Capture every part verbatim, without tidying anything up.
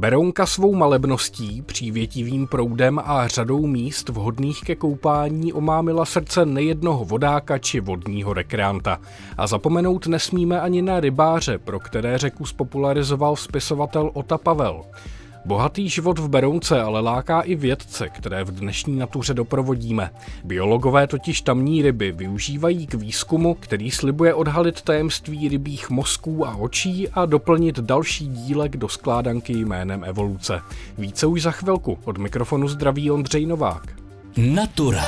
Berounka svou malebností, přívětivým proudem a řadou míst vhodných ke koupání omámila srdce nejednoho vodáka či vodního rekreanta. A zapomenout nesmíme ani na rybáře, pro které řeku spopularizoval spisovatel Ota Pavel. Bohatý život v Berounce ale láká i vědce, které v dnešní natuře doprovodíme. Biologové totiž tamní ryby využívají k výzkumu, který slibuje odhalit tajemství rybích mozků a očí a doplnit další dílek do skládanky jménem evoluce. Více už za chvilku. Od mikrofonu zdraví Ondřej Novák. Natura.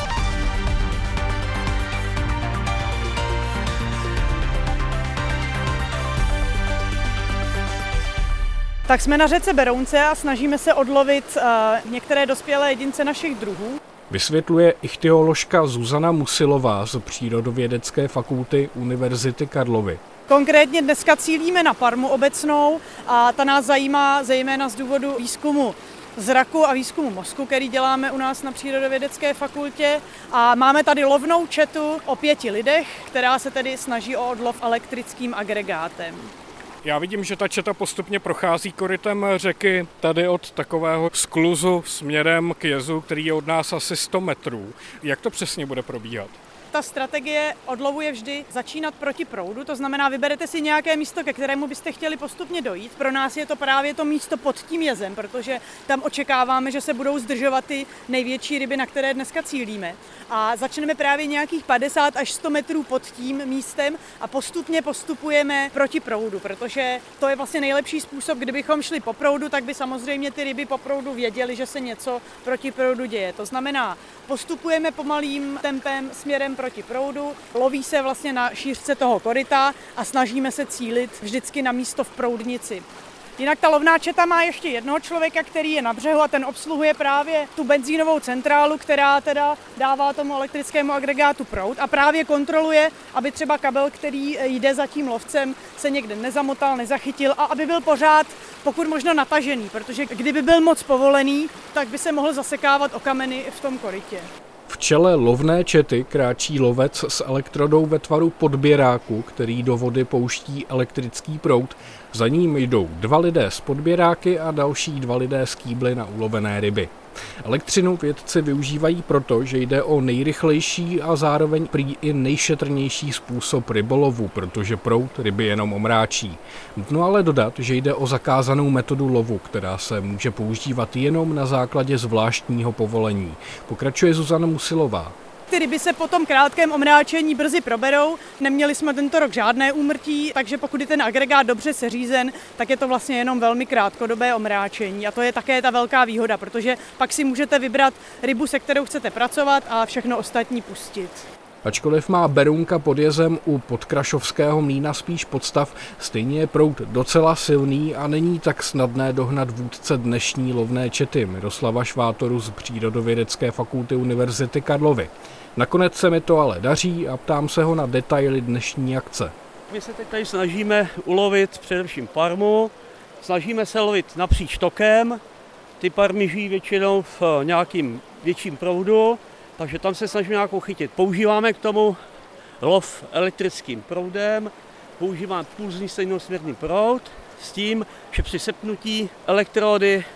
Tak jsme na řece Berounce a snažíme se odlovit uh, některé dospělé jedince našich druhů. Vysvětluje ichtyoložka Zuzana Musilová z Přírodovědecké fakulty Univerzity Karlovy. Konkrétně dneska cílíme na parmu obecnou a ta nás zajímá zejména z důvodu výzkumu zraku a výzkumu mozku, který děláme u nás na Přírodovědecké fakultě. A máme tady lovnou četu o pěti lidech, která se tedy snaží o odlov elektrickým agregátem. Já vidím, že ta četa postupně prochází korytem řeky tady od takového skluzu směrem k jezu, který je od nás asi sto metrů. Jak to přesně bude probíhat? Ta strategie odlovu je vždy začínat proti proudu, to znamená, vyberete si nějaké místo, ke kterému byste chtěli postupně dojít. Pro nás je to právě to místo pod tím jezem, protože tam očekáváme, že se budou zdržovat ty největší ryby, na které dneska cílíme. A začneme právě nějakých padesát až sto metrů pod tím místem a postupně postupujeme proti proudu, protože to je vlastně nejlepší způsob. Kdybychom šli po proudu, tak by samozřejmě ty ryby po proudu věděly, že se něco proti proudu děje. To znamená, postupujeme pomalým tempem směrem proti proudu, loví se vlastně na šířce toho koryta a snažíme se cílit vždycky na místo v proudnici. Jinak ta lovná četa má ještě jednoho člověka, který je na břehu a ten obsluhuje právě tu benzínovou centrálu, která teda dává tomu elektrickému agregátu proud a právě kontroluje, aby třeba kabel, který jde za tím lovcem, se někde nezamotal, nezachytil a aby byl pořád pokud možno natažený, protože kdyby byl moc povolený, tak by se mohl zasekávat o kameny v tom korytě. V čele lovné čety kráčí lovec s elektrodou ve tvaru podběráku, který do vody pouští elektrický proud. Za ním jdou dva lidé s podběráky a další dva lidé s kýbly na ulovené ryby. Elektřinu vědci využívají proto, že jde o nejrychlejší a zároveň prý i nejšetrnější způsob rybolovu, protože proud ryby jenom omráčí. Nutno ale dodat, že jde o zakázanou metodu lovu, která se může používat jenom na základě zvláštního povolení. Pokračuje Zuzana Musilová. Ty ryby se po tom krátkém omráčení brzy proberou, neměli jsme tento rok žádné úmrtí, takže pokud je ten agregát dobře seřízen, tak je to vlastně jenom velmi krátkodobé omráčení a to je také ta velká výhoda, protože pak si můžete vybrat rybu, se kterou chcete pracovat a všechno ostatní pustit. Ačkoliv má Berounka pod jezem u Podkrašovského mlýna spíš podstav, stejně je proud docela silný a není tak snadné dohnat vůdce dnešní lovné čety Miroslava Švátoru z Přírodovědecké fakulty Univerzity Karlovy. Nakonec se mi to ale daří a ptám se ho na detaily dnešní akce. My se teď tady snažíme ulovit především parmu, snažíme se lovit napříč tokem, ty parmy žijí většinou v nějakým větším proudu, takže tam se snažíme nějakou chytit. Používáme k tomu lov elektrickým proudem, používáme pulzní stejnosměrný proud s tím, že při sepnutí elektrody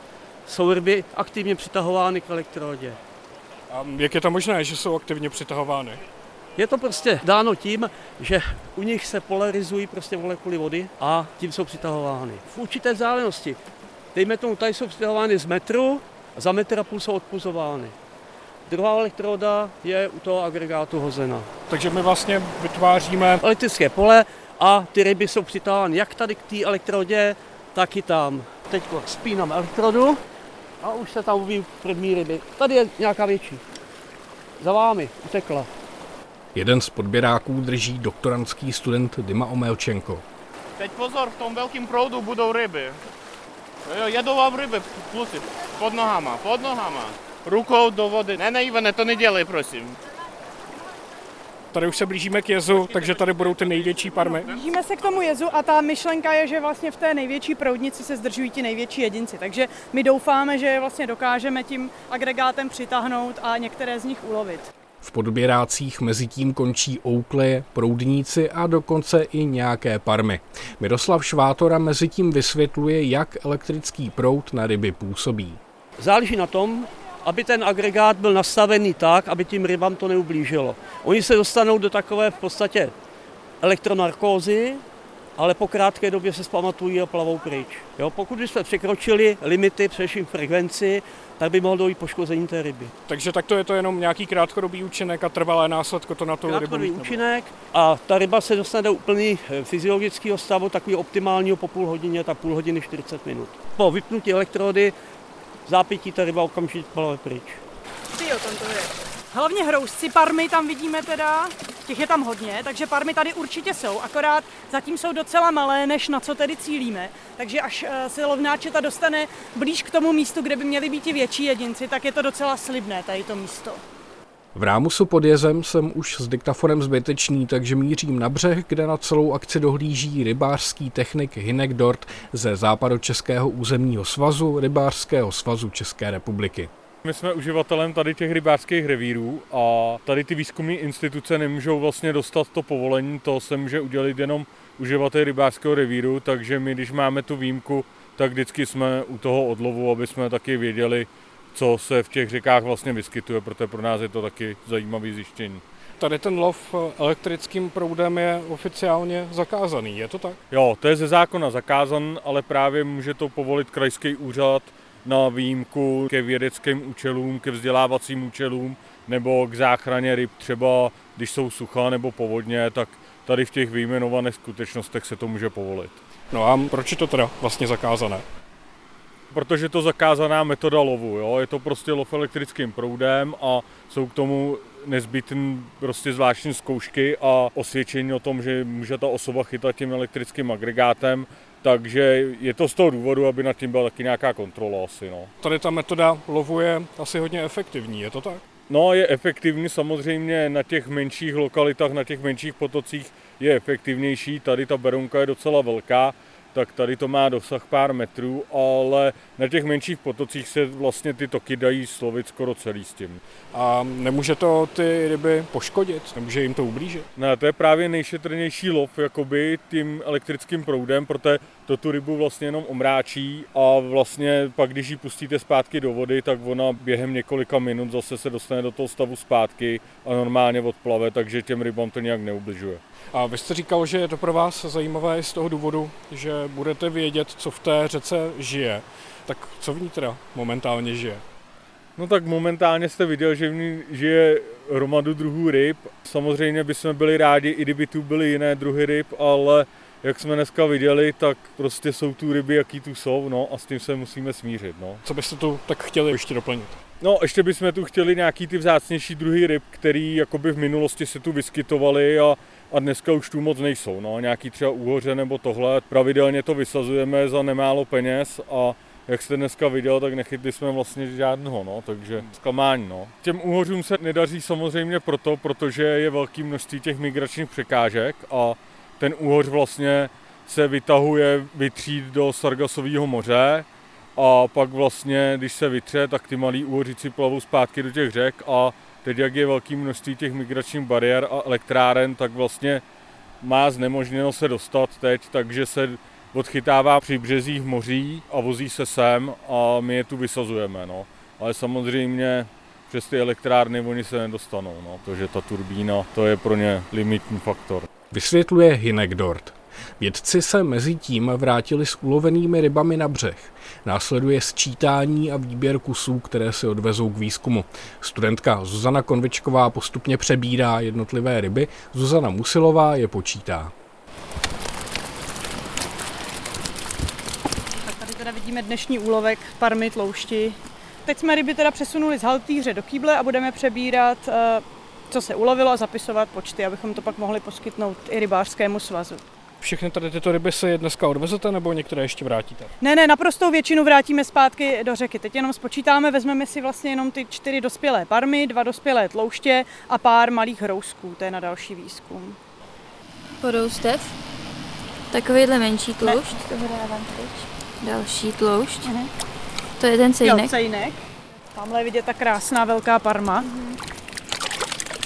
jsou ryby aktivně přitahovány k elektrodě. A jak je to možné, že jsou aktivně přitahovány? Je to prostě dáno tím, že u nich se polarizují prostě molekuly vody a tím jsou přitahovány. V určité vzdálenosti. Dejme tomu, tady jsou přitahovány z metru a za metr a půl jsou odpuzovány. Druhá elektroda je u toho agregátu hozena. Takže my vlastně vytváříme elektrické pole a ty ryby jsou přitahovány jak tady k té elektrodě, tak i tam. Teď spínám elektrodu a už se tam uvidí první ryby. Tady je nějaká větší. Za vámi utekla. Jeden z podběráků drží doktorandský student Dima Omelčenko. Teď pozor, v tom velkém proudu budou ryby. Jedou vám ryby, kluci, pod nohama, pod nohama. Rukou do vody. Ne, ne, Ivane, to nedělej, prosím. Tady už se blížíme k jezu, takže tady budou ty největší parmy. Blížíme se k tomu jezu a ta myšlenka je, že vlastně v té největší proudnici se zdržují ti největší jedinci. Takže my doufáme, že je vlastně dokážeme tím agregátem přitáhnout a některé z nich ulovit. V podběrácích mezitím končí oukleje, proudníci a dokonce i nějaké parmy. Miroslav Švátora mezitím vysvětluje, jak elektrický proud na ryby působí. Záleží na tom, aby ten agregát byl nastavený tak, aby tím rybám to neublížilo. Oni se dostanou do takové v podstatě elektronarkózy, ale po krátké době se zpamatují a plavou pryč. Jo, pokud bychom překročili limity, především frekvenci, tak by mohlo dojít poškození té ryby. Takže takto je to jenom nějaký krátkodobý účinek a trvalé následko to na tu rybu. Krátkodobý účinek a ta ryba se dostane do úplný fyziologického stavu, takového optimálního po půl hodině, tak půl hodiny čtyřicet minut. Po vypnutí elektrody zápětí ta ryba okamžitě plave pryč. Ty jo, tam to je. Hlavně hrouzci, parmy tam vidíme teda, těch je tam hodně, takže parmy tady určitě jsou, akorát zatím jsou docela malé, než na co tedy cílíme. Takže až se lovnáčeta dostane blíž k tomu místu, kde by měly být i větší jedinci, tak je to docela slibné tady to místo. V Rámusu pod jezem jsem už s diktafonem zbytečný, takže mířím na břeh, kde na celou akci dohlíží rybářský technik Hynek Dort ze Západočeského územního svazu, Rybářského svazu České republiky. My jsme uživatelem tady těch rybářských revírů a tady ty výzkumné instituce nemůžou vlastně dostat to povolení, to se může udělit jenom uživatel rybářského revíru, takže my, když máme tu výjimku, tak vždycky jsme u toho odlovu, aby jsme taky věděli, co se v těch řekách vlastně vyskytuje, protože pro nás je to taky zajímavé zjištění. Tady ten lov elektrickým proudem je oficiálně zakázaný, je to tak? Jo, to je ze zákona zakázan, ale právě může to povolit krajský úřad na výjimku ke vědeckým účelům, ke vzdělávacím účelům nebo k záchraně ryb, třeba když jsou suchá nebo povodně, tak tady v těch vyjmenovaných skutečnostech se to může povolit. No a proč je to teda vlastně zakázané? Protože to zakázaná metoda lovu, jo? Je to prostě lov elektrickým proudem a jsou k tomu nezbytné prostě zvláštní zkoušky a osvědčení o tom, že může ta osoba chytat tím elektrickým agregátem, takže je to z toho důvodu, aby nad tím byla taky nějaká kontrola asi. No. Tady ta metoda lovu je asi hodně efektivní, je to tak? No, je efektivní samozřejmě na těch menších lokalitách, na těch menších potocích je efektivnější, tady ta Berounka je docela velká, tak tady to má dosah pár metrů, ale na těch menších potocích se vlastně ty toky dají slovit skoro celý s tím. A nemůže to ty ryby poškodit? Nemůže jim to ublížit? Ne, to je právě nejšetrnější lov jakoby tím elektrickým proudem, protože to tu rybu vlastně jenom omráčí a vlastně pak, když ji pustíte zpátky do vody, tak ona během několika minut zase se dostane do toho stavu zpátky a normálně odplave, takže těm rybám to nějak neubližuje. A vy jste říkal, že je to pro vás zajímavé z toho důvodu, že budete vědět, co v té řece žije. Tak co v ní teda momentálně žije? No tak momentálně jste viděl, že v ní žije hromadu druhů ryb. Samozřejmě bychom byli rádi, i kdyby tu byly jiné druhy ryb, ale jak jsme dneska viděli, tak prostě jsou tu ryby, jaký tu jsou, no a s tím se musíme smířit, no. Co byste tu tak chtěli ještě doplnit? No, ještě bychom tu chtěli nějaký ty vzácnější druhy ryb, který jakoby v minulosti se tu vyskytovaly a, a dneska už tu moc nejsou, no. Nějaký třeba úhoře nebo tohle. Pravidelně to vysazujeme za nemálo peněz a jak jste dneska viděl, tak nechytli jsme vlastně žádného, no, takže zklamání, no. Těm úhořům se nedaří samozřejmě proto, protože je velké množství těch migračních překážek a ten úhoř vlastně se vytahuje vytřít do Sargasového moře a pak vlastně, když se vytře, tak ty malí úhoříci plavou zpátky do těch řek a teď, jak je velké množství těch migračních bariér a elektráren, tak vlastně má znemožněno se dostat teď, takže se odchytává při březích moří a vozí se sem a my je tu vysazujeme, no. Ale samozřejmě přes ty elektrárny oni se nedostanou, no, protože ta turbína, to je pro ně limitní faktor. Vysvětluje Hynek Dort. Vědci se mezi tím vrátili s ulovenými rybami na břeh. Následuje sčítání a výběr kusů, které si odvezou k výzkumu. Studentka Zuzana Konvičková postupně přebírá jednotlivé ryby, Zuzana Musilová je počítá. Tak tady teda vidíme dnešní úlovek parmy, tloušti. Teď jsme ryby teda přesunuli z haltýře do kýble a budeme přebírat, co se ulovilo a zapisovat počty, abychom to pak mohli poskytnout i rybářskému svazu. Všechny tady tyto ryby si dneska odvezete nebo některé ještě vrátíte? Ne, ne, naprostou většinu vrátíme zpátky do řeky. Teď jenom spočítáme, vezmeme si vlastně jenom ty čtyři dospělé parmy, dva dospělé tlouště a pár malých hrousků. To je na další výzkum. Poroustev. Takovýhle menší tloušť. Toho dávám teď. Další tloušť. Uh-huh. To je ten cejnek. Jo, cejnek. Tamhle je vidět ta krásná velká parma. Uh-huh.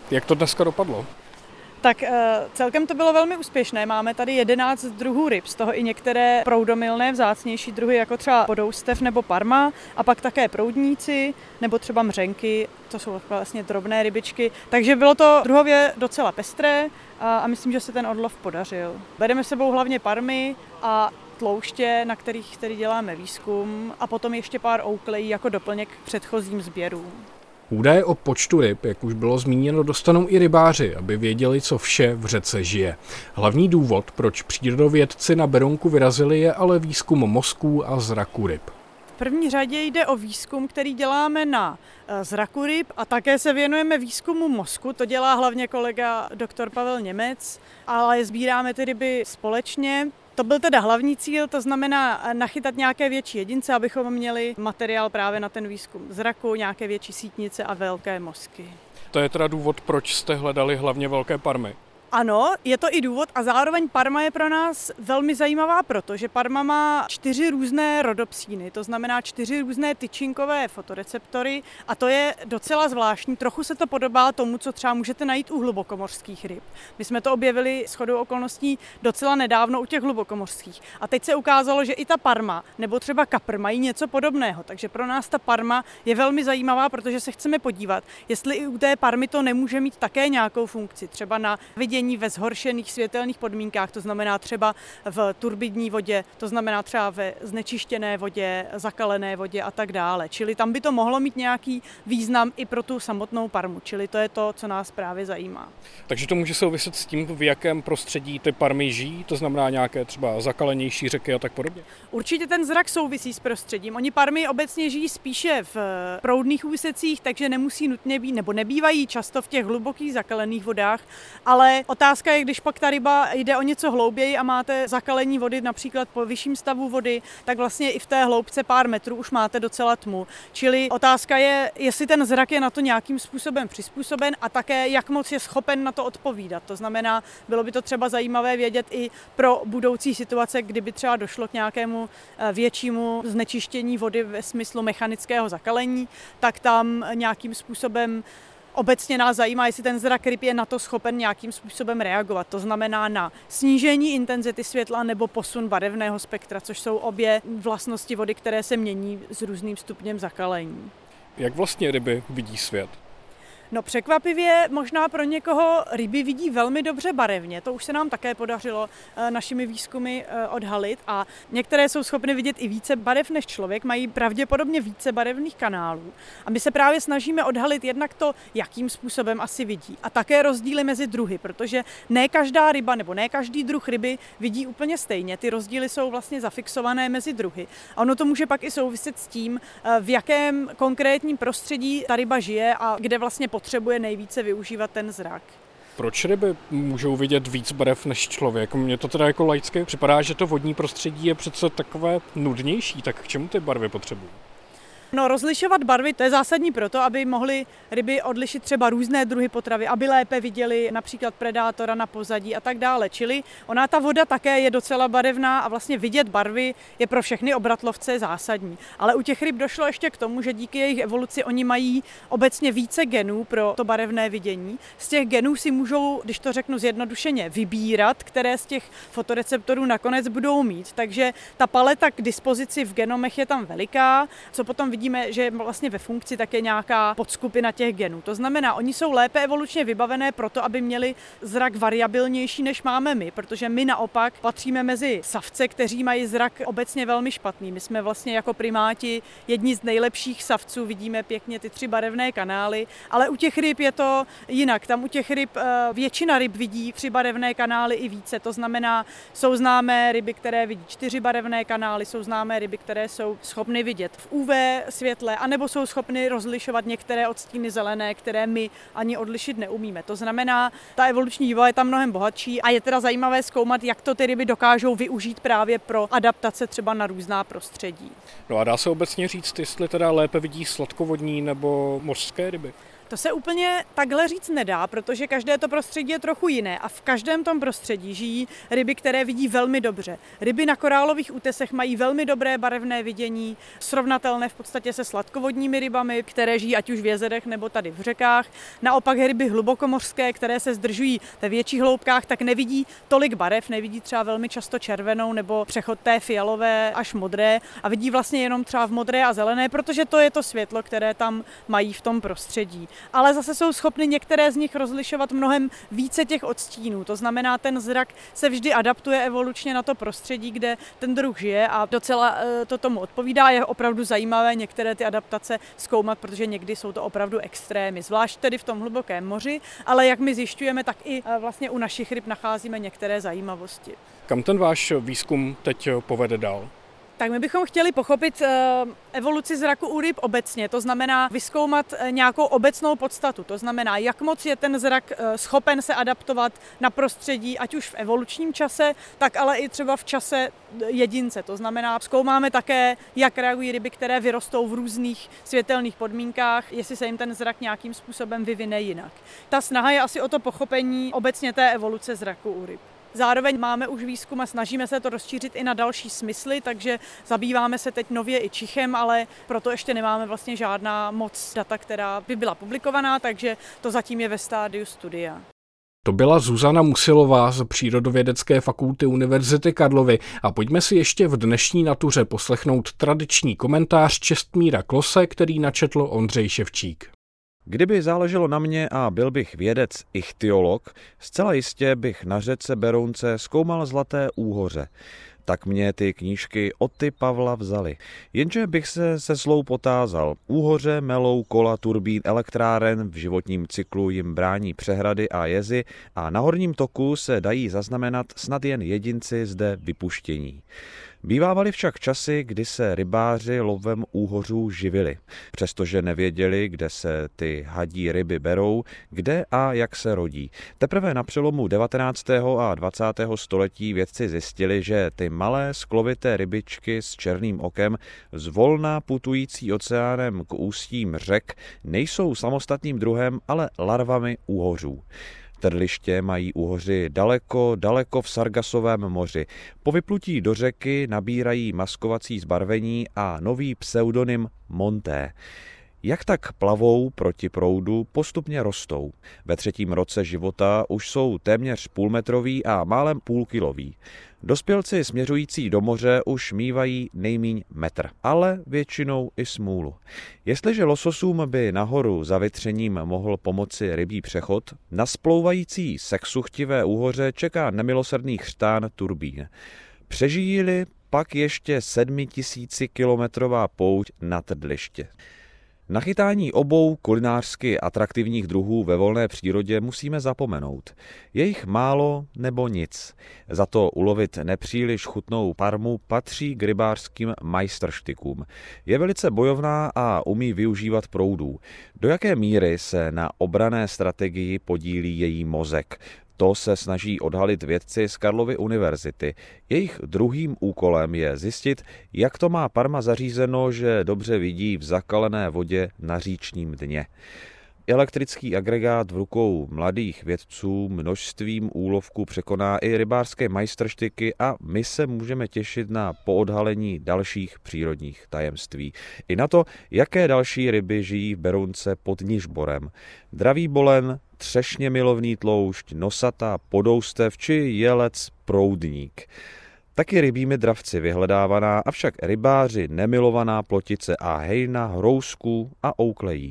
Jak to dneska dopadlo? Tak celkem to bylo velmi úspěšné. Máme tady jedenáct druhů ryb, z toho i některé proudomilné vzácnější druhy, jako třeba podoustev nebo parma, a pak také proudníci nebo třeba mřenky, to jsou vlastně drobné rybičky. Takže bylo to druhově docela pestré a, a myslím, že se ten odlov podařil. Bereme s sebou hlavně parmy a tlouště, na kterých tedy děláme výzkum, a potom ještě pár ouklejí jako doplněk k předchozím sběrům. Údaje o počtu ryb, jak už bylo zmíněno, dostanou i rybáři, aby věděli, co vše v řece žije. Hlavní důvod, proč přírodovědci na Berounku vyrazili, je ale výzkum mozků a zraku ryb. V první řadě jde o výzkum, který děláme na zraku ryb, a také se věnujeme výzkumu mozku. To dělá hlavně kolega doktor Pavel Němec, ale sbíráme ty ryby společně. To byl teda hlavní cíl, to znamená nachytat nějaké větší jedince, abychom měli materiál právě na ten výzkum zraku, nějaké větší sítnice a velké mozky. To je teda důvod, proč jste hledali hlavně velké parmy. Ano, je to i důvod, a zároveň parma je pro nás velmi zajímavá, protože parma má čtyři různé rodopsíny, to znamená čtyři různé tyčinkové fotoreceptory, a to je docela zvláštní. Trochu se to podobá tomu, co třeba můžete najít u hlubokomořských ryb. My jsme to objevili shodou okolností docela nedávno u těch hlubokomořských. A teď se ukázalo, že i ta parma nebo třeba kapr mají něco podobného. Takže pro nás ta parma je velmi zajímavá, protože se chceme podívat, jestli i u té parmy to nemůže mít také nějakou funkci, třeba na vidění ve zhoršených světelných podmínkách, to znamená třeba v turbidní vodě, to znamená třeba ve znečištěné vodě, zakalené vodě a tak dále. Čili tam by to mohlo mít nějaký význam i pro tu samotnou parmu, čili to je to, co nás právě zajímá. Takže to může souviset s tím, v jakém prostředí ty parmy žijí, to znamená nějaké třeba zakalenější řeky a tak podobně? Určitě ten zrak souvisí s prostředím. Oni parmy obecně žijí spíše v proudných úsecích, takže nemusí nutně být, nebo nebývají často v těch hlubokých zakalených vodách, ale otázka je, když pak ta ryba jde o něco hlouběji a máte zakalení vody například po vyšším stavu vody, tak vlastně i v té hloubce pár metrů už máte docela tmu. Čili otázka je, jestli ten zrak je na to nějakým způsobem přizpůsoben a také jak moc je schopen na to odpovídat. To znamená, bylo by to třeba zajímavé vědět i pro budoucí situace, kdyby třeba došlo k nějakému většímu znečištění vody ve smyslu mechanického zakalení, tak tam nějakým způsobem obecně nás zajímá, jestli ten zrak ryb je na to schopen nějakým způsobem reagovat. To znamená na snížení intenzity světla nebo posun barevného spektra, což jsou obě vlastnosti vody, které se mění s různým stupněm zakalení. Jak vlastně ryby vidí svět? No překvapivě možná pro někoho ryby vidí velmi dobře barevně, to už se nám také podařilo našimi výzkumy odhalit, a některé jsou schopny vidět i více barev než člověk, mají pravděpodobně více barevných kanálů, a my se právě snažíme odhalit jednak to, jakým způsobem asi vidí, a také rozdíly mezi druhy, protože ne každá ryba nebo ne každý druh ryby vidí úplně stejně, ty rozdíly jsou vlastně zafixované mezi druhy, a ono to může pak i souviset s tím, v jakém konkrétním prostředí ta ryba žije a kde vlastně potřebuje nejvíce využívat ten zrak. Proč ryby můžou vidět víc barev než člověk? Mně to teda jako laicky připadá, že to vodní prostředí je přece takové nudnější, tak k čemu ty barvy potřebují? No, rozlišovat barvy, to je zásadní proto, aby mohly ryby odlišit třeba různé druhy potravy, aby lépe viděli například predátora na pozadí a tak dále. Čili ona, ta voda také je docela barevná a vlastně vidět barvy je pro všechny obratlovce zásadní. Ale u těch ryb došlo ještě k tomu, že díky jejich evoluci oni mají obecně více genů pro to barevné vidění. Z těch genů si můžou, když to řeknu zjednodušeně, vybírat, které z těch fotoreceptorů nakonec budou mít. Takže ta paleta k dispozici v genomech je tam veliká, co potom vidíme, že vlastně ve funkci také nějaká podskupina těch genů. To znamená, oni jsou lépe evolučně vybavené proto, aby měli zrak variabilnější, než máme my, protože my naopak patříme mezi savce, kteří mají zrak obecně velmi špatný. My jsme vlastně jako primáti jedni z nejlepších savců, vidíme pěkně ty tři barevné kanály, ale u těch ryb je to jinak. Tam u těch ryb většina ryb vidí tři barevné kanály i více. To znamená, jsou známé ryby, které vidí čtyři barevné kanály, jsou známé ryby, které jsou schopny vidět v U V světle, anebo jsou schopny rozlišovat některé odstíny zelené, které my ani odlišit neumíme. To znamená, ta evoluční vývoj je tam mnohem bohatší a je teda zajímavé zkoumat, jak to ty ryby dokážou využít právě pro adaptace třeba na různá prostředí. No a dá se obecně říct, jestli teda lépe vidí sladkovodní nebo mořské ryby? To se úplně takhle říct nedá, protože každé to prostředí je trochu jiné a v každém tom prostředí žijí ryby, které vidí velmi dobře. Ryby na korálových útesech mají velmi dobré barevné vidění, srovnatelné v podstatě se sladkovodními rybami, které žijí ať už v jezerech nebo tady v řekách. Naopak ryby hlubokomořské, které se zdržují ve větších hloubkách, tak nevidí tolik barev, nevidí třeba velmi často červenou nebo přechod té fialové až modré a vidí vlastně jenom třeba v modré a zelené, protože to je to světlo, které tam mají v tom prostředí. Ale zase jsou schopny některé z nich rozlišovat mnohem více těch odstínů. To znamená, ten zrak se vždy adaptuje evolučně na to prostředí, kde ten druh žije a docela to tomu odpovídá. Je opravdu zajímavé některé ty adaptace zkoumat, protože někdy jsou to opravdu extrémy, zvlášť tedy v tom hlubokém moři, ale jak my zjišťujeme, tak i vlastně u našich ryb nacházíme některé zajímavosti. Kam ten váš výzkum teď povede dál? Tak my bychom chtěli pochopit evoluci zraku u ryb obecně, to znamená vyzkoumat nějakou obecnou podstatu, to znamená, jak moc je ten zrak schopen se adaptovat na prostředí, ať už v evolučním čase, tak ale i třeba v čase jedince. To znamená, zkoumáme také, jak reagují ryby, které vyrostou v různých světelných podmínkách, jestli se jim ten zrak nějakým způsobem vyvine jinak. Ta snaha je asi o to pochopení obecně té evoluce zraku u ryb. Zároveň máme už výzkum a snažíme se to rozšířit i na další smysly, takže zabýváme se teď nově i čichem, ale proto ještě nemáme vlastně žádná moc data, která by byla publikovaná, takže to zatím je ve stádiu studia. To byla Zuzana Musilová z Přírodovědecké fakulty Univerzity Karlovy a pojďme si ještě v dnešní Natuře poslechnout tradiční komentář Čestmíra Klose, který načetl Ondřej Ševčík. Kdyby záleželo na mě a byl bych vědec ichtyolog, zcela jistě bych na řece Berounce zkoumal zlaté úhoře. Tak mě ty knížky od ty Pavla vzaly. Jenže bych se se slou potázal. Úhoře melou kola turbín elektráren, v životním cyklu jim brání přehrady a jezy a na horním toku se dají zaznamenat snad jen jedinci zde vypuštění. Bývávaly však časy, kdy se rybáři lovem úhořů živili, přestože nevěděli, kde se ty hadí ryby berou, kde a jak se rodí. Teprve na přelomu devatenáctého a dvacátého století vědci zjistili, že ty malé sklovité rybičky s černým okem, zvolna putující oceánem k ústím řek, nejsou samostatným druhem, ale larvami úhořů. Trliště mají úhoři daleko, daleko v Sargasovém moři. Po vyplutí do řeky nabírají maskovací zbarvení a nový pseudonym Monté. Jak tak plavou proti proudu, postupně rostou. Ve třetím roce života už jsou téměř půlmetroví a málem půlkiloví. Dospělci směřující do moře už mívají nejmíň metr, ale většinou i smůlu. Jestliže lososům by nahoru za vytřením mohl pomoci rybí přechod, na splouvající sexuchtivé úhoře čeká nemilosrdný chřtán turbín. Přežijí-li pak ještě sedmitisícikilometrová pouť na trdliště. Na chytání obou kulinářsky atraktivních druhů ve volné přírodě musíme zapomenout. Je jich málo nebo nic. Za to ulovit nepříliš chutnou parmu patří k rybářským majstrštikům. Je velice bojovná a umí využívat proudů. Do jaké míry se na obranné strategii podílí její mozek? To se snaží odhalit vědci z Karlovy univerzity. Jejich druhým úkolem je zjistit, jak to má parma zařízeno, že dobře vidí v zakalené vodě na říčním dně. Elektrický agregát v rukou mladých vědců množstvím úlovků překoná i rybářské majstrštyky a my se můžeme těšit na poodhalení dalších přírodních tajemství. I na to, jaké další ryby žijí v Berounce pod Nižborem. Dravý bolen, třešně milovný tloušť, nosatá podoustev či jelec proudník. Taky rybími dravci vyhledávaná, avšak rybáři nemilovaná plotice a hejna hrousků a ouklejí.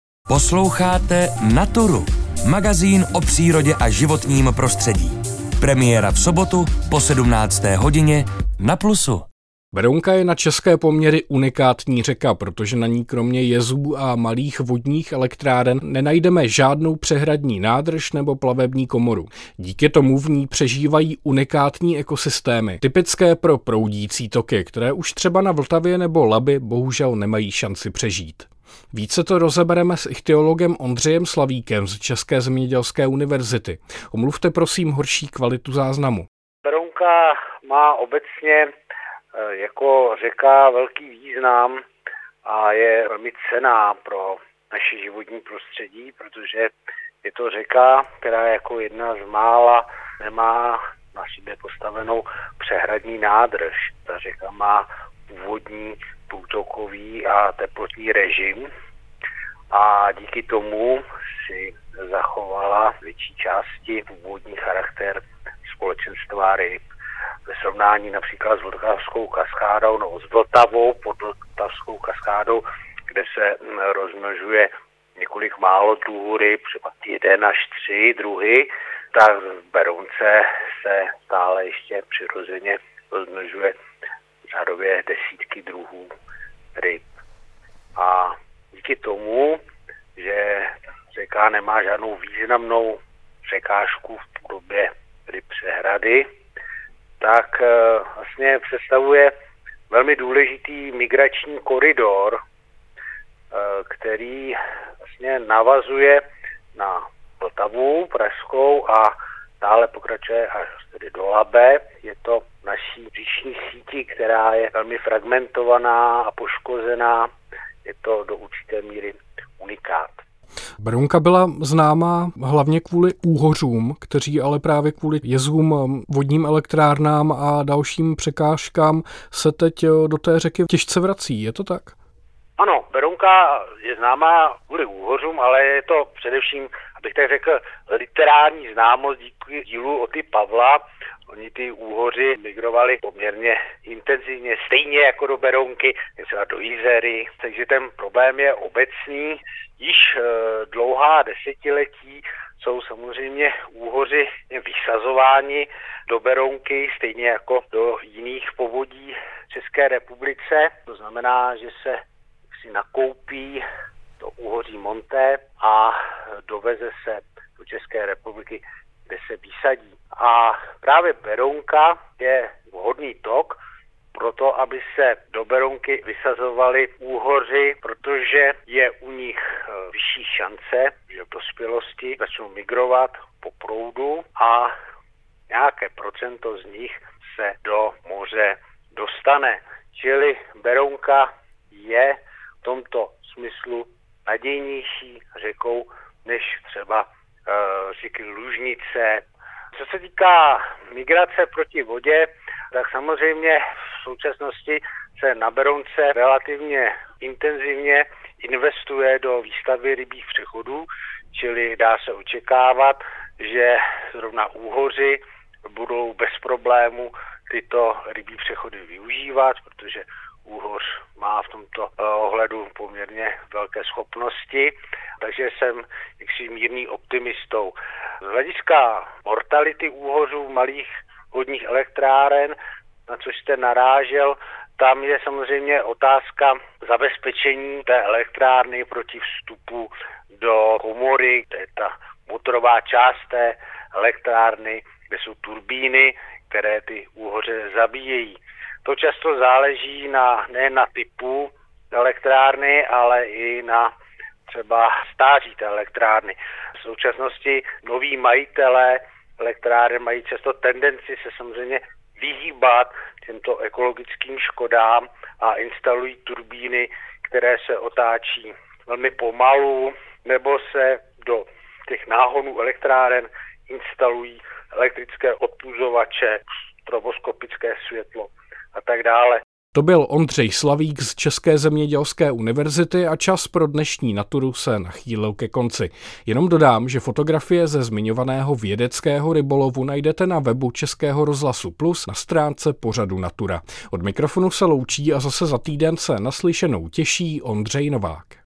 Posloucháte Naturu, magazín o přírodě a životním prostředí. Premiéra v sobotu po sedmnácté hodině na Plusu. Berounka je na české poměry unikátní řeka, protože na ní kromě jezů a malých vodních elektráren nenajdeme žádnou přehradní nádrž nebo plavební komoru. Díky tomu v ní přežívají unikátní ekosystémy, typické pro proudící toky, které už třeba na Vltavě nebo Labi bohužel nemají šanci přežít. Více to rozebereme s ichtyologem Ondřejem Slavíkem z České zemědělské univerzity. Omluvte prosím horší kvalitu záznamu. Berounka má obecně jako řeka velký význam a je velmi cenná pro naše životní prostředí, protože je to řeka, která jako jedna z mála nemá na sobě postavenou přehradní nádrž. Ta řeka má původní průtokový a teplotní režim a díky tomu si zachovala větší části původní charakter společenstva ryb. Ve srovnání například s Vltavskou kaskádou nebo s Vltavou pod Vltavskou kaskádou, kde se rozmnožuje několik málo druhů ryb, třeba jeden až tři druhy, tak v Berounce se stále ještě přirozeně rozmnožuje řádově desítky druhů ryb. A díky tomu, že řeka nemá žádnou významnou překážku v podobě ryb přehrady, tak vlastně představuje velmi důležitý migrační koridor, který vlastně navazuje na Vltavu pražskou a dále pokračuje až tedy do Labe. Je to naší říční síti, která je velmi fragmentovaná a poškozená. Je to do určité míry unikát. Berounka byla známá hlavně kvůli úhořům, kteří ale právě kvůli jezům, vodním elektrárnám a dalším překážkám se teď do té řeky těžce vrací. Je to tak? Ano, Berounka je známá kvůli úhořům, ale je to především, abych tak řekl, literární známost díky dílu Oty Pavla. Oni ty úhoři migrovali poměrně intenzivně, stejně jako do Berounky, třeba do Jizery, takže ten problém je obecný. Již e, dlouhá desetiletí jsou samozřejmě úhoři vysazováni do Berounky, stejně jako do jiných povodí České republice. To znamená, že se si nakoupí to úhoří Monté a doveze se do České republiky, kde se vysadí. A právě Berounka je vhodný tok pro to, aby se do Berounky vysazovali úhoři, protože je u nich vyšší šance, že v dospělosti začnou migrovat po proudu a nějaké procento z nich se do moře dostane. Čili Berounka je v tomto smyslu nadějnější řekou než třeba uh, řeky Lužnice. Co se týká migrace proti vodě, tak samozřejmě v současnosti se na Berounce relativně intenzivně investuje do výstavby rybích přechodů, čili dá se očekávat, že zrovna úhoři budou bez problému tyto rybí přechody využívat, protože úhoř má v tomto ohledu poměrně velké schopnosti, takže jsem jaksi mírný optimistou. Z hlediska mortality úhořů malých vodních elektráren, na což jste narážel, tam je samozřejmě otázka zabezpečení té elektrárny proti vstupu do komory, to je ta motorová část té elektrárny, kde jsou turbíny, které ty úhoře zabíjejí. To často záleží na, ne na typu elektrárny, ale i na třeba stáří té elektrárny. V současnosti noví majitelé elektrárny mají často tendenci se samozřejmě vyhýbat těmto ekologickým škodám a instalují turbíny, které se otáčí velmi pomalu, nebo se do těch náhonů elektráren instalují elektrické odpuzovače, stroboskopické světlo a tak dále. To byl Ondřej Slavík z České zemědělské univerzity a čas pro dnešní Naturu se nachýlil ke konci. Jenom dodám, že fotografie ze zmiňovaného vědeckého rybolovu najdete na webu Českého rozhlasu Plus na stránce pořadu Natura. Od mikrofonu se loučí a zase za týden se naslyšenou těší Ondřej Novák.